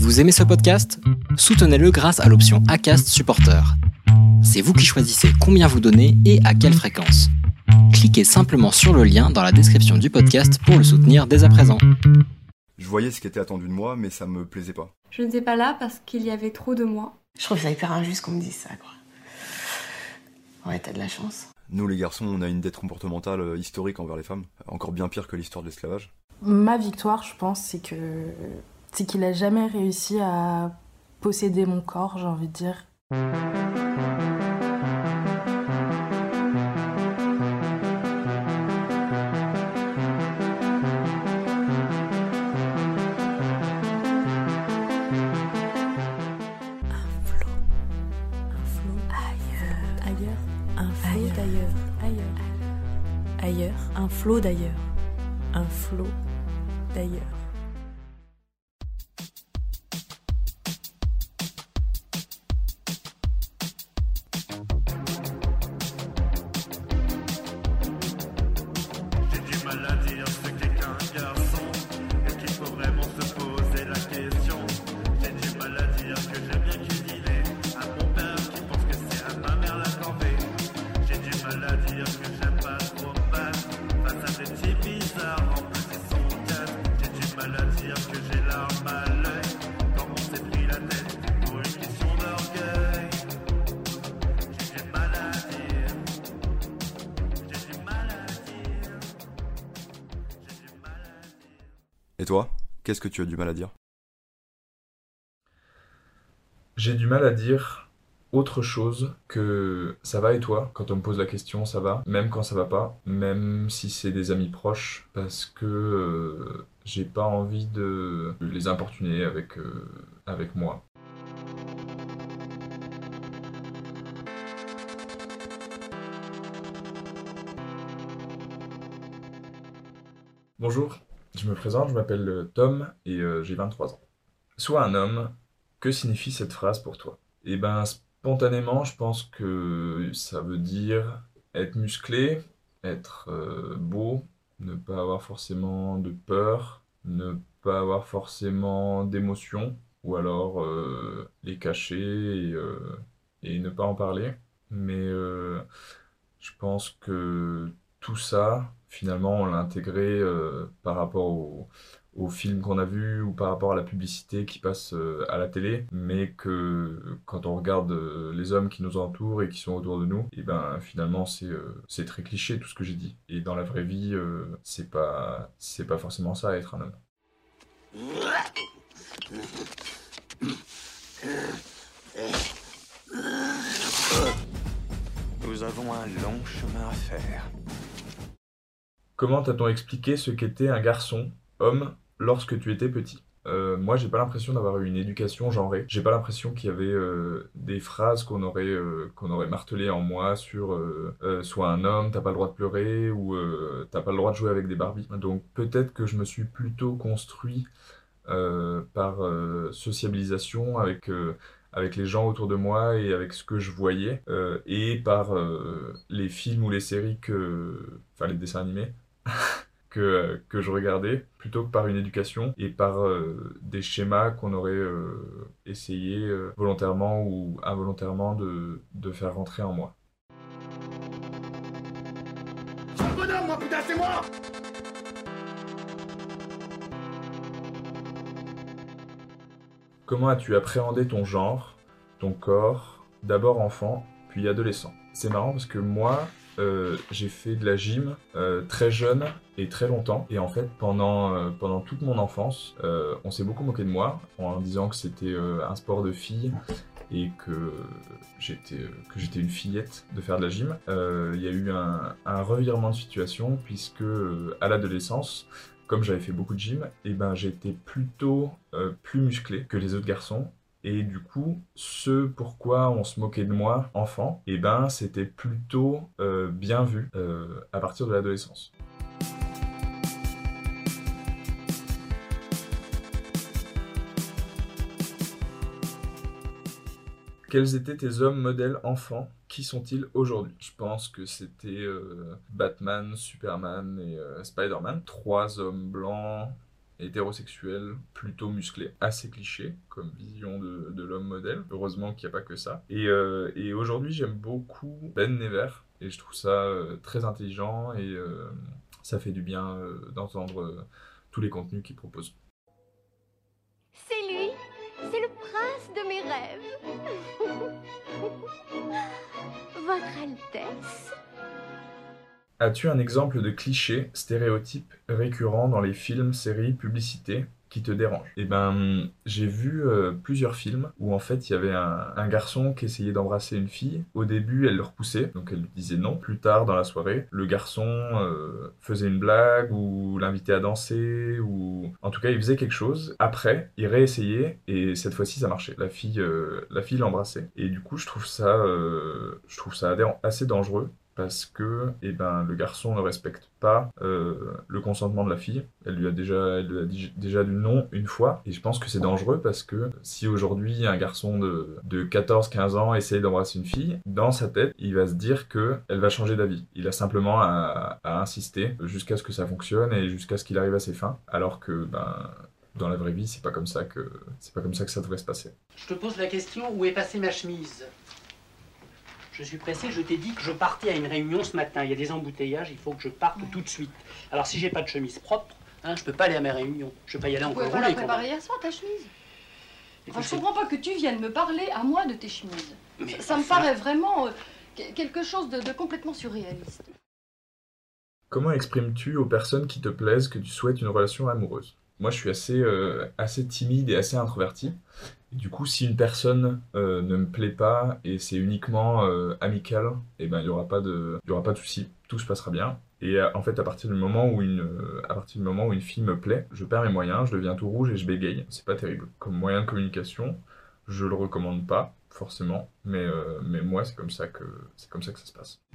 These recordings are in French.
Vous aimez ce podcast ? Soutenez-le grâce à l'option Acast Supporter. C'est vous qui choisissez combien vous donnez et à quelle fréquence. Cliquez simplement sur le lien dans la description du podcast pour le soutenir dès à présent. Je voyais ce qui était attendu de moi, mais ça me plaisait pas. Je n'étais pas là parce qu'il y avait trop de moi. Je trouve ça hyper injuste qu'on me dise ça, quoi. Ouais, t'as de la chance. Nous, les garçons, on a une dette comportementale historique envers les femmes, encore bien pire que l'histoire de l'esclavage. Ma victoire, je pense, c'est qu'il a jamais réussi à posséder mon corps, j'ai envie de dire. Un flot d'ailleurs, un flot d'ailleurs. J'ai du mal à dire ce qu'est qu'un garçon. Est-ce qu'il faut vraiment se poser la question? J'ai du mal à dire que j'aime bien cuisiner. À mon père qui pense que c'est à ma mère la corvée. J'ai du mal à dire que j'aime pas trop battre face à des types bizarres en plus ils sont quatre. J'ai du mal à dire que j'ai l'arme à l'œil quand on s'est pris la tête pour une question d'orgueil. J'ai du mal à dire. J'ai du mal à dire. J'ai du mal à dire. Et toi, qu'est-ce que tu as du mal à dire? J'ai du mal à dire autre chose que ça va et toi, quand on me pose la question ça va, même quand ça va pas, même si c'est des amis proches, parce que j'ai pas envie de les importuner avec moi. Bonjour, je me présente, je m'appelle Tom et j'ai 23 ans. Sois un homme, que signifie cette phrase pour toi? Eh ben, spontanément, je pense que ça veut dire être musclé, être beau, ne pas avoir forcément de peur, ne pas avoir forcément d'émotions, ou alors les cacher et ne pas en parler. Mais je pense que tout ça, finalement, on l'a intégré par rapport au film qu'on a vu ou par rapport à la publicité qui passe à la télé, mais que quand on regarde les hommes qui nous entourent et qui sont autour de nous, et ben finalement c'est très cliché tout ce que j'ai dit. Et dans la vraie vie, c'est pas forcément ça être un homme. Nous avons un long chemin à faire. Comment t'a-t-on expliqué ce qu'était un garçon, homme, lorsque tu étais petit? Moi, j'ai pas l'impression d'avoir eu une éducation genrée. J'ai pas l'impression qu'il y avait des phrases qu'on aurait martelées en moi sur sois un homme, t'as pas le droit de pleurer ou t'as pas le droit de jouer avec des Barbies. Donc peut-être que je me suis plutôt construit par sociabilisation avec les gens autour de moi et avec ce que je voyais et par les films ou les séries enfin les dessins animés que je regardais, plutôt que par une éducation et par des schémas qu'on aurait essayé volontairement ou involontairement de faire rentrer en moi. C'est un bonhomme, moi, putain, c'est moi! Comment as-tu appréhendé ton genre, ton corps, d'abord enfant, puis adolescent? C'est marrant parce que moi, j'ai fait de la gym très jeune et très longtemps. Et en fait, pendant toute mon enfance, on s'est beaucoup moqué de moi en disant que c'était un sport de fille et que j'étais une fillette de faire de la gym. Il y a eu un revirement de situation puisque à l'adolescence, comme j'avais fait beaucoup de gym, et ben j'étais plutôt plus musclé que les autres garçons. Et du coup, ce pourquoi on se moquait de moi, enfant, et ben c'était plutôt bien vu à partir de l'adolescence. Quels étaient tes hommes modèles enfants? Qui sont-ils aujourd'hui? Je pense que c'était Batman, Superman et Spider-Man. 3 hommes blancs hétérosexuel, plutôt musclé, assez cliché comme vision de l'homme modèle. Heureusement qu'il n'y a pas que ça. Et aujourd'hui, j'aime beaucoup Ben Never et je trouve ça très intelligent et ça fait du bien d'entendre tous les contenus qu'il propose. C'est lui, c'est le prince de mes rêves. Votre Altesse. As-tu un exemple de cliché, stéréotype récurrent dans les films, séries, publicités qui te dérange? Eh ben, j'ai vu plusieurs films où en fait il y avait un garçon qui essayait d'embrasser une fille. Au début, elle le repoussait, donc elle lui disait non. Plus tard dans la soirée, le garçon faisait une blague ou l'invitait à danser ou en tout cas il faisait quelque chose. Après, il réessayait et cette fois-ci ça marchait. La fille l'embrassait et du coup je trouve ça assez dangereux. Parce que le garçon ne respecte pas le consentement de la fille. Elle lui a déjà dit non une fois. Et je pense que c'est dangereux parce que si aujourd'hui un garçon de 14-15 ans essaye d'embrasser une fille, dans sa tête, il va se dire qu'elle va changer d'avis. Il a simplement à insister jusqu'à ce que ça fonctionne et jusqu'à ce qu'il arrive à ses fins. Alors que dans la vraie vie, c'est pas comme ça que ça devrait se passer. Je te pose la question, où est passée ma chemise ? Je suis pressé, je t'ai dit que je partais à une réunion ce matin. Il y a des embouteillages, il faut que je parte tout de suite. Alors si j'ai pas de chemise propre, je peux pas aller à ma réunion. Je peux pas y aller en col roulé. Tu pouvais pas la préparer hier soir, ta chemise. Enfin, je comprends pas que tu viennes me parler à moi de tes chemises. Mais ça me paraît vraiment quelque chose de complètement surréaliste. Comment exprimes-tu aux personnes qui te plaisent que tu souhaites une relation amoureuse? Moi, je suis assez timide et assez introverti. Et du coup, si une personne ne me plaît pas et c'est uniquement amical, il n'y aura pas de souci, tout se passera bien. Et en fait, à partir du moment où une fille me plaît, je perds mes moyens, je deviens tout rouge et je bégaye. C'est pas terrible. Comme moyen de communication, je le recommande pas forcément, mais moi, c'est comme ça que ça se passe.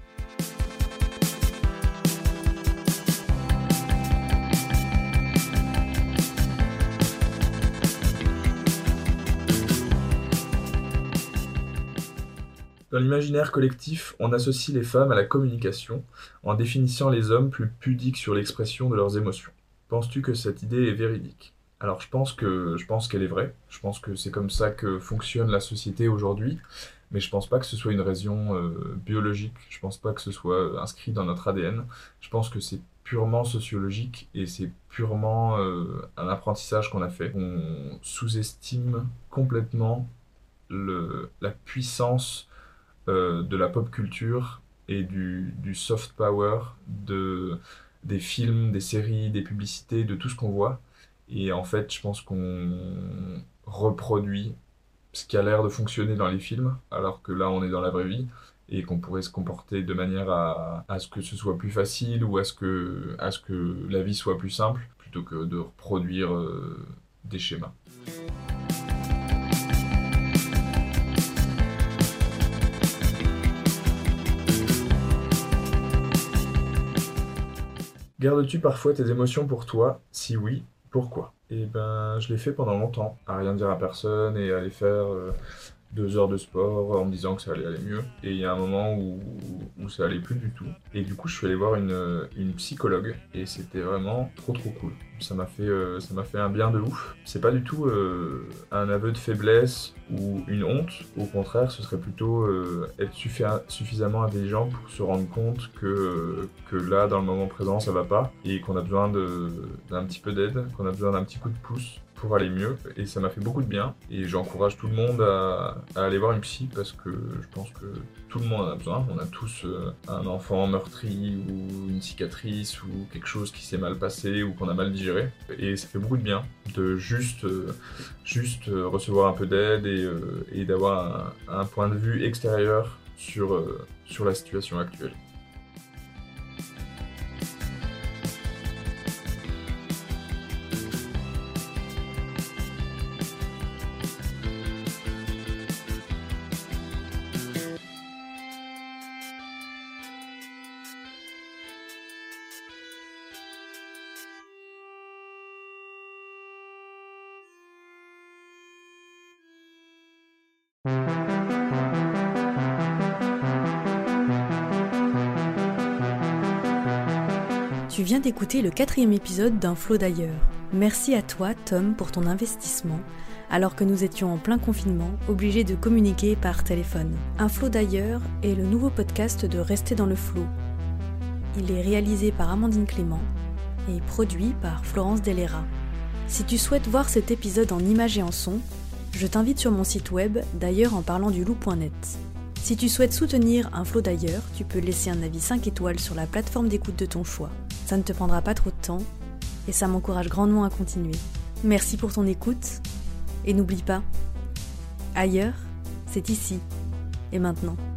Dans l'imaginaire collectif, on associe les femmes à la communication en définissant les hommes plus pudiques sur l'expression de leurs émotions. Penses-tu que cette idée est véridique? Alors je pense qu'elle est vraie. Je pense que c'est comme ça que fonctionne la société aujourd'hui, mais je pense pas que ce soit une raison biologique. Je pense pas que ce soit inscrit dans notre ADN. Je pense que c'est purement sociologique et c'est purement un apprentissage qu'on a fait. On sous-estime complètement la puissance de la pop culture et du soft power des films, des séries, des publicités, de tout ce qu'on voit. Et en fait, je pense qu'on reproduit ce qui a l'air de fonctionner dans les films, alors que là, on est dans la vraie vie, et qu'on pourrait se comporter de manière à ce que ce soit plus facile ou à ce que la vie soit plus simple, plutôt que de reproduire des schémas. Gardes-tu parfois tes émotions pour toi? Si oui, pourquoi? Je l'ai fait pendant longtemps, à rien dire à personne et à aller faire 2 heures de sport en me disant que ça allait aller mieux. Et il y a un moment où ça allait plus du tout. Et du coup, je suis allé voir une psychologue et c'était vraiment trop cool. Ça m'a fait un bien de ouf. C'est pas du tout un aveu de faiblesse ou une honte. Au contraire, ce serait plutôt être suffisamment intelligent pour se rendre compte que là, dans le moment présent, ça va pas et qu'on a besoin d'un petit peu d'aide, qu'on a besoin d'un petit coup de pouce pour aller mieux. Et ça m'a fait beaucoup de bien. Et j'encourage tout le monde à aller voir une psy parce que je pense que tout le monde en a besoin. On a tous un enfant meurtri ou une cicatrice ou quelque chose qui s'est mal passé ou qu'on a mal digéré. Et ça fait beaucoup de bien de juste recevoir un peu d'aide et d'avoir un point de vue extérieur sur la situation actuelle. Tu viens d'écouter le 4e épisode d'Un flot d'ailleurs. Merci à toi, Tom, pour ton investissement, alors que nous étions en plein confinement, obligés de communiquer par téléphone. Un flot d'ailleurs est le nouveau podcast de Rester dans le flot. Il est réalisé par Amandine Clément et produit par Florence Delera. Si tu souhaites voir cet épisode en images et en son, je t'invite sur mon site web d'ailleurs-en-parlant-du-loup.net. Si tu souhaites soutenir Un flot d'ailleurs, tu peux laisser un avis 5 étoiles sur la plateforme d'écoute de ton choix. Ça ne te prendra pas trop de temps et ça m'encourage grandement à continuer. Merci pour ton écoute et n'oublie pas, ailleurs, c'est ici et maintenant.